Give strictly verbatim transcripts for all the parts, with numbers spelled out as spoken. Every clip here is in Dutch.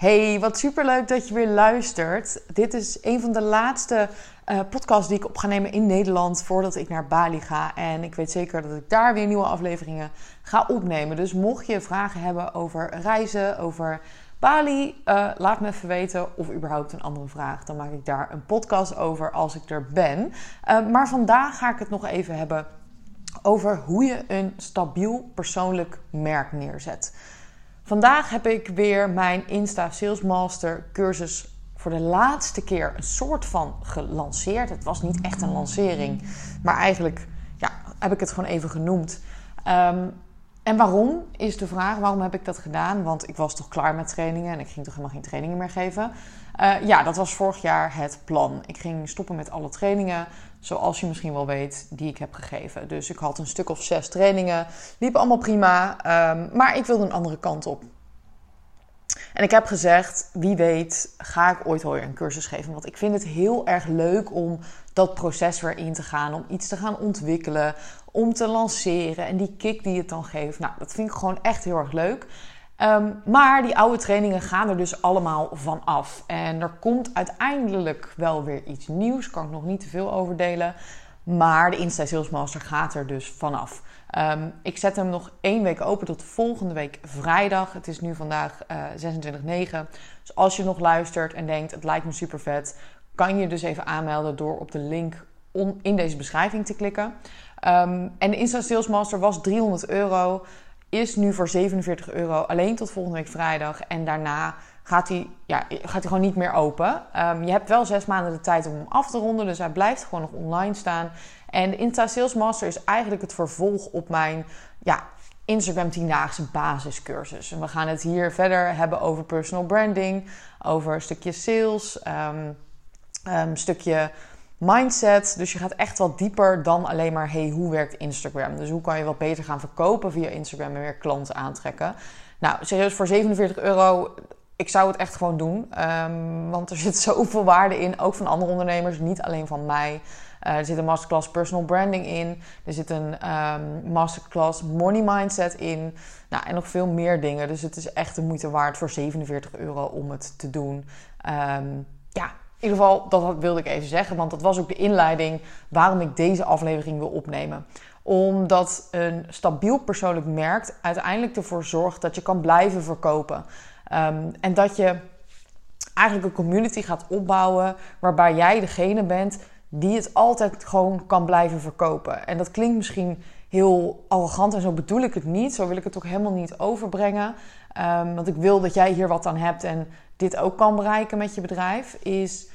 Hey, wat superleuk dat je weer luistert. Dit is een van de laatste uh, podcasts die ik op ga nemen in Nederland voordat ik naar Bali ga. En ik weet zeker dat ik daar weer nieuwe afleveringen ga opnemen. Dus mocht je vragen hebben over reizen, over Bali, uh, laat me even weten of überhaupt een andere vraag. Dan maak ik daar een podcast over als ik er ben. Uh, maar vandaag ga ik het nog even hebben over hoe je een stabiel persoonlijk merk neerzet. Vandaag heb ik weer mijn Insta Sales Master cursus voor de laatste keer een soort van gelanceerd. Het was niet echt een lancering, maar eigenlijk ja, heb ik het gewoon even genoemd. Um, en waarom is de vraag, waarom heb ik dat gedaan? Want ik was toch klaar met trainingen en ik ging toch helemaal geen trainingen meer geven. Uh, ja, dat was vorig jaar het plan. Ik ging stoppen met alle trainingen, zoals je misschien wel weet, die ik heb gegeven. Dus ik had een stuk of zes trainingen, liepen allemaal prima, um, maar ik wilde een andere kant op. En ik heb gezegd, wie weet ga ik ooit wel weer een cursus geven. Want ik vind het heel erg leuk om dat proces weer in te gaan, om iets te gaan ontwikkelen, om te lanceren. En die kick die het dan geeft, nou, dat vind ik gewoon echt heel erg leuk. Um, maar die oude trainingen gaan er dus allemaal van af. En er komt uiteindelijk wel weer iets nieuws. Kan ik nog niet te veel over delen. Maar de Insta Sales Master gaat er dus vanaf. Um, ik zet hem nog één week open tot volgende week vrijdag. Het is nu vandaag uh, zesentwintig negen. Dus als je nog luistert en denkt, het lijkt me super vet, kan je dus even aanmelden door op de link on, in deze beschrijving te klikken. Um, en de Insta Sales Master was driehonderd euro. Is nu voor zevenenveertig euro alleen tot volgende week vrijdag. En daarna gaat hij, ja, gaat hij gewoon niet meer open. Um, je hebt wel zes maanden de tijd om hem af te ronden. Dus hij blijft gewoon nog online staan. En de Insta Sales Master is eigenlijk het vervolg op mijn ja, Instagram tiendaagse basiscursus. En we gaan het hier verder hebben over personal branding. Over een stukje sales. Um, een stukje mindset. Dus je gaat echt wat dieper dan alleen maar, hey, hoe werkt Instagram? Dus hoe kan je wat beter gaan verkopen via Instagram en weer klanten aantrekken? Nou, serieus, voor zevenenveertig euro, ik zou het echt gewoon doen. Um, want er zit zoveel waarde in, ook van andere ondernemers, niet alleen van mij. Uh, er zit een masterclass personal branding in. Er zit een um, masterclass money mindset in. Nou, en nog veel meer dingen. Dus het is echt de moeite waard voor zevenenveertig euro om het te doen. Um, ja, in ieder geval, dat wilde ik even zeggen. Want dat was ook de inleiding waarom ik deze aflevering wil opnemen. Omdat een stabiel persoonlijk merk uiteindelijk ervoor zorgt dat je kan blijven verkopen. Um, en dat je eigenlijk een community gaat opbouwen waarbij jij degene bent die het altijd gewoon kan blijven verkopen. En dat klinkt misschien heel arrogant en zo bedoel ik het niet. Zo wil ik het ook helemaal niet overbrengen. Um, want ik wil dat jij hier wat aan hebt en dit ook kan bereiken met je bedrijf. Is,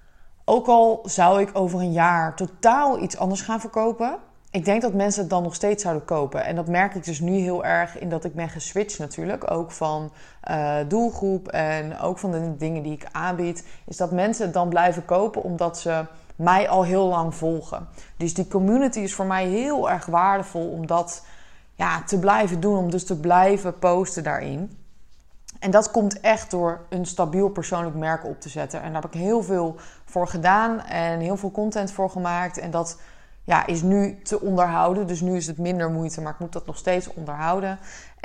ook al zou ik over een jaar totaal iets anders gaan verkopen, ik denk dat mensen het dan nog steeds zouden kopen. En dat merk ik dus nu heel erg in dat ik ben geswitcht natuurlijk. Ook van uh, doelgroep en ook van de dingen die ik aanbied. Is dat mensen het dan blijven kopen omdat ze mij al heel lang volgen. Dus die community is voor mij heel erg waardevol om dat ja, te blijven doen. Om dus te blijven posten daarin. En dat komt echt door een stabiel persoonlijk merk op te zetten. En daar heb ik heel veel voor gedaan en heel veel content voor gemaakt. En dat ja, is nu te onderhouden. Dus nu is het minder moeite, maar ik moet dat nog steeds onderhouden.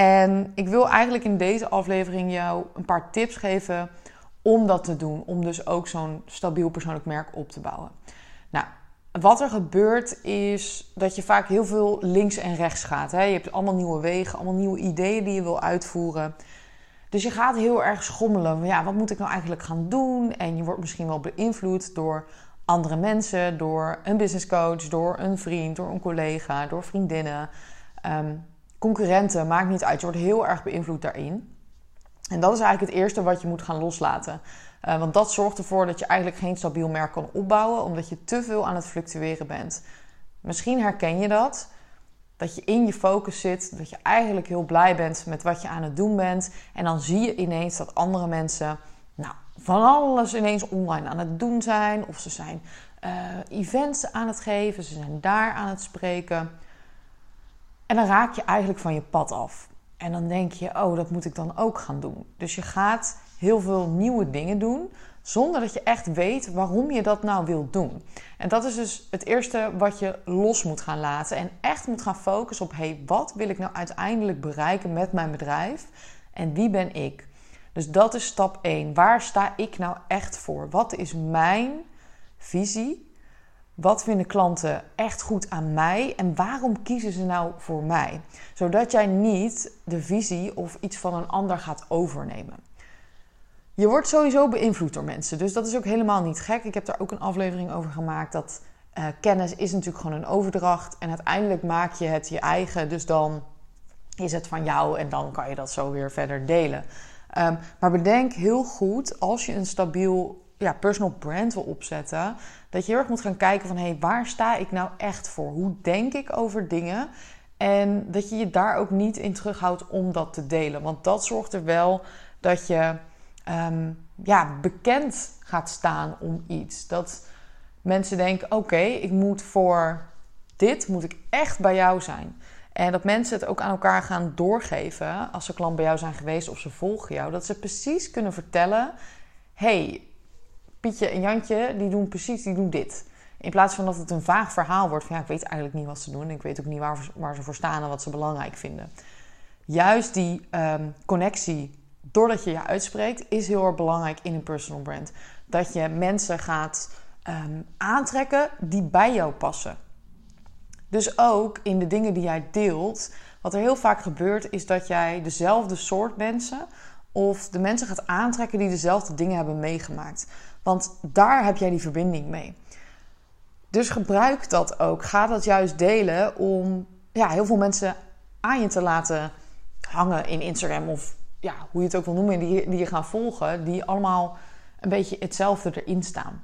En ik wil eigenlijk in deze aflevering jou een paar tips geven om dat te doen. Om dus ook zo'n stabiel persoonlijk merk op te bouwen. Nou, wat er gebeurt is dat je vaak heel veel links en rechts gaat. Hè? Je hebt allemaal nieuwe wegen, allemaal nieuwe ideeën die je wil uitvoeren. Dus je gaat heel erg schommelen. Ja, wat moet ik nou eigenlijk gaan doen? En je wordt misschien wel beïnvloed door andere mensen, door een businesscoach, door een vriend, door een collega, door vriendinnen, um, concurrenten, maakt niet uit. Je wordt heel erg beïnvloed daarin. En dat is eigenlijk het eerste wat je moet gaan loslaten. Uh, want dat zorgt ervoor dat je eigenlijk geen stabiel merk kan opbouwen, omdat je te veel aan het fluctueren bent. Misschien herken je dat. Dat je in je focus zit, dat je eigenlijk heel blij bent met wat je aan het doen bent. En dan zie je ineens dat andere mensen nou, van alles ineens online aan het doen zijn. Of ze zijn uh, events aan het geven, ze zijn daar aan het spreken. En dan raak je eigenlijk van je pad af. En dan denk je, oh, dat moet ik dan ook gaan doen. Dus je gaat heel veel nieuwe dingen doen, zonder dat je echt weet waarom je dat nou wilt doen. En dat is dus het eerste wat je los moet gaan laten. En echt moet gaan focussen op, hey, wat wil ik nou uiteindelijk bereiken met mijn bedrijf? En wie ben ik? Dus dat is stap één. Waar sta ik nou echt voor? Wat is mijn visie? Wat vinden klanten echt goed aan mij? En waarom kiezen ze nou voor mij? Zodat jij niet de visie of iets van een ander gaat overnemen. Je wordt sowieso beïnvloed door mensen. Dus dat is ook helemaal niet gek. Ik heb daar ook een aflevering over gemaakt. Dat uh, kennis is natuurlijk gewoon een overdracht. En uiteindelijk maak je het je eigen. Dus dan is het van jou en dan kan je dat zo weer verder delen. Um, maar bedenk heel goed, als je een stabiel ja, personal brand wil opzetten, dat je heel erg moet gaan kijken van, hé, hey, waar sta ik nou echt voor? Hoe denk ik over dingen? En dat je je daar ook niet in terughoudt om dat te delen. Want dat zorgt er wel dat je um, ja, bekend gaat staan om iets. Dat mensen denken, oké, okay, ik moet voor dit moet ik echt bij jou zijn. En dat mensen het ook aan elkaar gaan doorgeven als ze klant bij jou zijn geweest of ze volgen jou. Dat ze precies kunnen vertellen, hey, Pietje en Jantje, die doen precies, die doen dit. In plaats van dat het een vaag verhaal wordt van, ja, ik weet eigenlijk niet wat ze doen. En ik weet ook niet waar, waar ze voor staan en wat ze belangrijk vinden. Juist die um, connectie, doordat je je uitspreekt, is heel erg belangrijk in een personal brand. Dat je mensen gaat um, aantrekken die bij jou passen. Dus ook in de dingen die jij deelt, wat er heel vaak gebeurt, is dat jij dezelfde soort mensen of de mensen gaat aantrekken die dezelfde dingen hebben meegemaakt. Want daar heb jij die verbinding mee. Dus gebruik dat ook. Ga dat juist delen om ja, heel veel mensen aan je te laten hangen in Instagram of ja, hoe je het ook wil noemen, die, die je gaan volgen, die allemaal een beetje hetzelfde erin staan.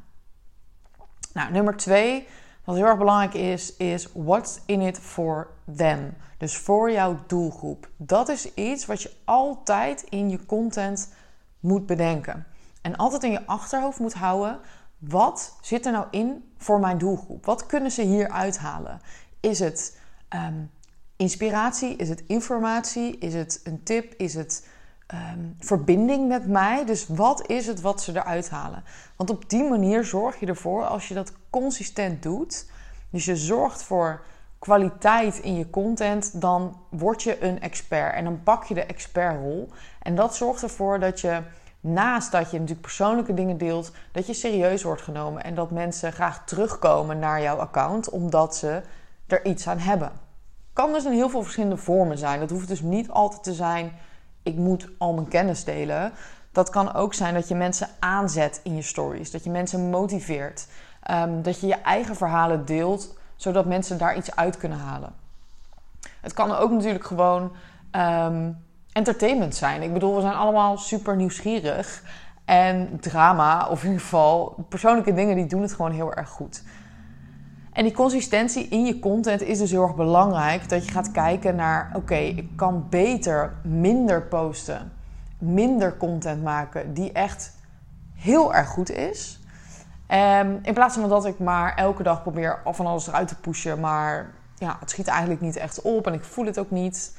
Nou, nummer twee, wat heel erg belangrijk is, is what's in it for them. Dus voor jouw doelgroep. Dat is iets wat je altijd in je content moet bedenken. En altijd in je achterhoofd moet houden, wat zit er nou in voor mijn doelgroep? Wat kunnen ze hier uithalen? Is het um, inspiratie? Is het informatie? Is het een tip? Is het um, verbinding met mij? Dus wat is het wat ze eruit halen? Want op die manier zorg je ervoor, als je dat consistent doet, dus je zorgt voor kwaliteit in je content, dan word je een expert. En dan pak je de expertrol. En dat zorgt ervoor dat je, naast dat je natuurlijk persoonlijke dingen deelt, dat je serieus wordt genomen. En dat mensen graag terugkomen naar jouw account, omdat ze er iets aan hebben. Kan dus in heel veel verschillende vormen zijn. Dat hoeft dus niet altijd te zijn, ik moet al mijn kennis delen. Dat kan ook zijn dat je mensen aanzet in je stories. Dat je mensen motiveert. Um, dat je je eigen verhalen deelt, zodat mensen daar iets uit kunnen halen. Het kan ook natuurlijk gewoon um, entertainment zijn. Ik bedoel, we zijn allemaal super nieuwsgierig. En drama, of in ieder geval persoonlijke dingen, die doen het gewoon heel erg goed. En die consistentie in je content is dus heel erg belangrijk. Dat je gaat kijken naar, oké, okay, ik kan beter minder posten. Minder content maken die echt heel erg goed is. Um, in plaats van dat ik maar elke dag probeer van alles eruit te pushen. Maar ja, het schiet eigenlijk niet echt op en ik voel het ook niet.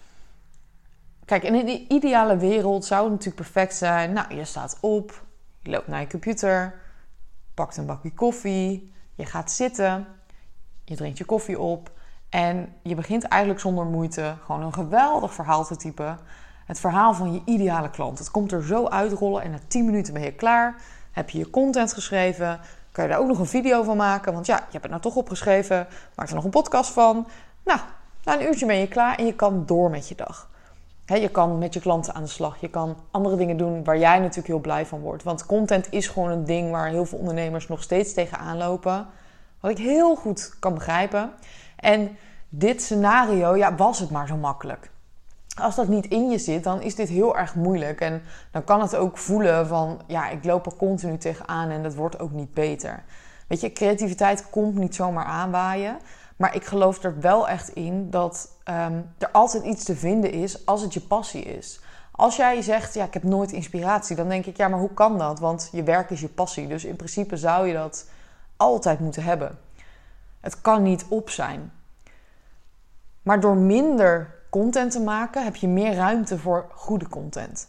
Kijk, in de ideale wereld zou het natuurlijk perfect zijn. Nou, je staat op, je loopt naar je computer, pakt een bakje koffie, je gaat zitten, je drinkt je koffie op en je begint eigenlijk zonder moeite gewoon een geweldig verhaal te typen. Het verhaal van je ideale klant. Het komt er zo uitrollen en na tien minuten ben je klaar. Heb je je content geschreven, kan je daar ook nog een video van maken. Want ja, je hebt het nou toch opgeschreven, maak er nog een podcast van. Nou, na een uurtje ben je klaar en je kan door met je dag. He, je kan met je klanten aan de slag. Je kan andere dingen doen waar jij natuurlijk heel blij van wordt. Want content is gewoon een ding waar heel veel ondernemers nog steeds tegenaan lopen. Wat ik heel goed kan begrijpen. En dit scenario, ja, was het maar zo makkelijk. Als dat niet in je zit, dan is dit heel erg moeilijk. En dan kan het ook voelen van, ja, ik loop er continu tegenaan en dat wordt ook niet beter. Weet je, creativiteit komt niet zomaar aanwaaien. Maar ik geloof er wel echt in dat um, er altijd iets te vinden is als het je passie is. Als jij zegt, ja, ik heb nooit inspiratie, dan denk ik, ja, maar hoe kan dat? Want je werk is je passie. Dus in principe zou je dat altijd moeten hebben. Het kan niet op zijn. Maar door minder content te maken, heb je meer ruimte voor goede content.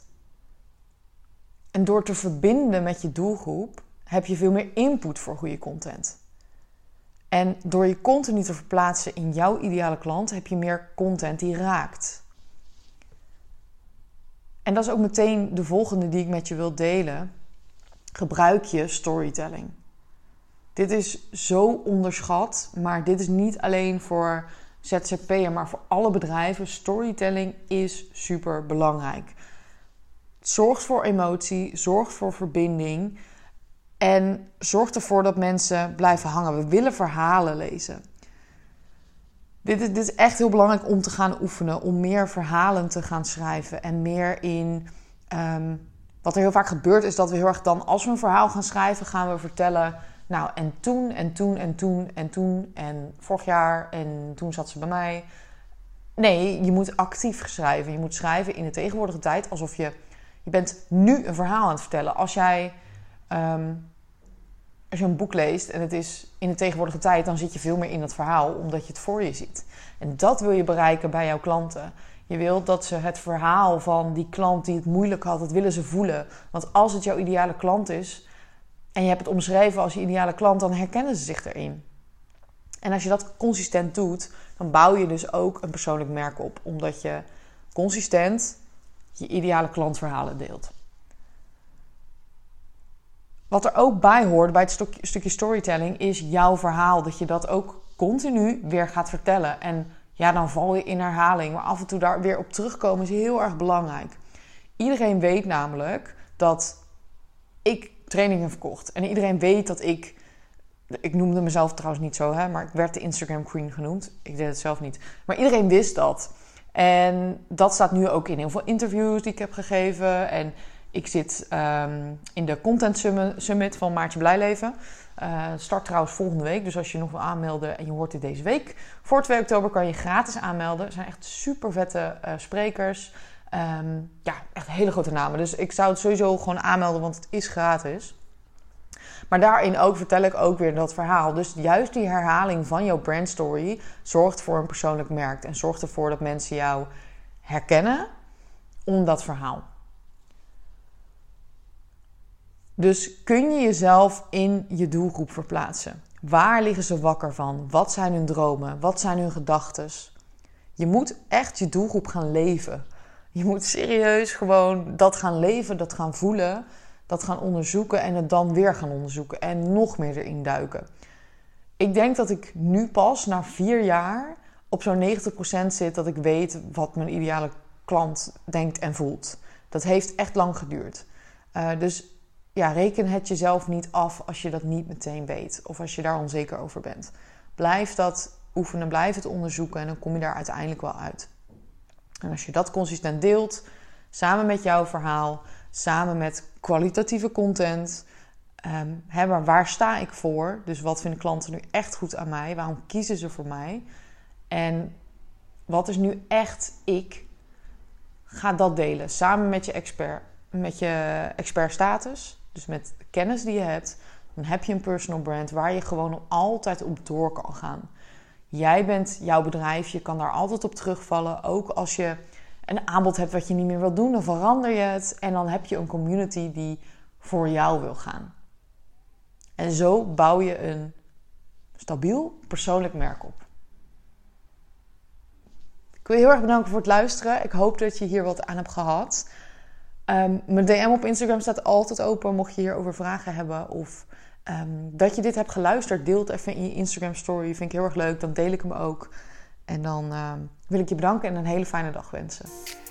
En door te verbinden met je doelgroep, heb je veel meer input voor goede content. En door je continu te verplaatsen in jouw ideale klant, heb je meer content die raakt. En dat is ook meteen de volgende die ik met je wil delen. Gebruik je storytelling. Dit is zo onderschat, maar dit is niet alleen voor Z Z P'er, maar voor alle bedrijven. Storytelling is super belangrijk. Het zorgt voor emotie, zorgt voor verbinding en zorgt ervoor dat mensen blijven hangen. We willen verhalen lezen. Dit is, dit is echt heel belangrijk om te gaan oefenen, om meer verhalen te gaan schrijven en meer in... Um, wat er heel vaak gebeurt is dat we heel erg dan, als we een verhaal gaan schrijven, gaan we vertellen... Nou, en toen, en toen, en toen, en toen, en vorig jaar, en toen zat ze bij mij. Nee, je moet actief schrijven. Je moet schrijven in de tegenwoordige tijd, alsof je... Je bent nu een verhaal aan het vertellen. Als jij... Um, als je een boek leest en het is in de tegenwoordige tijd, dan zit je veel meer in dat verhaal, omdat je het voor je ziet. En dat wil je bereiken bij jouw klanten. Je wilt dat ze het verhaal van die klant die het moeilijk had, dat willen ze voelen. Want als het jouw ideale klant is en je hebt het omschreven als je ideale klant, dan herkennen ze zich erin. En als je dat consistent doet, dan bouw je dus ook een persoonlijk merk op. Omdat je consistent je ideale klantverhalen deelt. Wat er ook bij hoort bij het stukje, stukje storytelling is jouw verhaal. Dat je dat ook continu weer gaat vertellen. En ja, dan val je in herhaling. Maar af en toe daar weer op terugkomen is heel erg belangrijk. Iedereen weet namelijk dat ik trainingen verkocht. En iedereen weet dat ik... Ik noemde mezelf trouwens niet zo, hè, maar ik werd de Instagram Queen genoemd. Ik deed het zelf niet. Maar iedereen wist dat. En dat staat nu ook in heel veel interviews die ik heb gegeven. En ik zit um, in de Content Summit van Maartje Blijleven. Uh, start trouwens volgende week. Dus als je nog wil aanmelden en je hoort dit deze week. Voor twee oktober kan je gratis aanmelden. Er zijn echt super vette uh, sprekers. Um, ja, echt hele grote namen. Dus ik zou het sowieso gewoon aanmelden, want het is gratis. Maar daarin ook vertel ik ook weer dat verhaal. Dus juist die herhaling van jouw brandstory zorgt voor een persoonlijk merk. En zorgt ervoor dat mensen jou herkennen om dat verhaal. Dus kun je jezelf in je doelgroep verplaatsen? Waar liggen ze wakker van? Wat zijn hun dromen? Wat zijn hun gedachten? Je moet echt je doelgroep gaan leven. Je moet serieus gewoon dat gaan leven, dat gaan voelen, dat gaan onderzoeken en het dan weer gaan onderzoeken en nog meer erin duiken. Ik denk dat ik nu pas na vier jaar op zo'n negentig procent zit dat ik weet wat mijn ideale klant denkt en voelt. Dat heeft echt lang geduurd. Uh, dus ja, reken het jezelf niet af als je dat niet meteen weet of als je daar onzeker over bent. Blijf dat oefenen, blijf het onderzoeken en dan kom je daar uiteindelijk wel uit. En als je dat consistent deelt, samen met jouw verhaal, samen met kwalitatieve content, um, hè, maar waar sta ik voor? Dus wat vinden klanten nu echt goed aan mij? Waarom kiezen ze voor mij? En wat is nu echt ik? Ga dat delen, samen met je expert, met je expertstatus, dus met de kennis die je hebt. Dan heb je een personal brand waar je gewoon altijd op door kan gaan. Jij bent jouw bedrijf, je kan daar altijd op terugvallen. Ook als je een aanbod hebt wat je niet meer wilt doen, dan verander je het. En dan heb je een community die voor jou wil gaan. En zo bouw je een stabiel persoonlijk merk op. Ik wil je heel erg bedanken voor het luisteren. Ik hoop dat je hier wat aan hebt gehad. Um, mijn D M op Instagram staat altijd open, mocht je hierover vragen hebben. Of um, dat je dit hebt geluisterd, deel het even in je Instagram story. Vind ik heel erg leuk, dan deel ik hem ook. En dan um, wil ik je bedanken en een hele fijne dag wensen.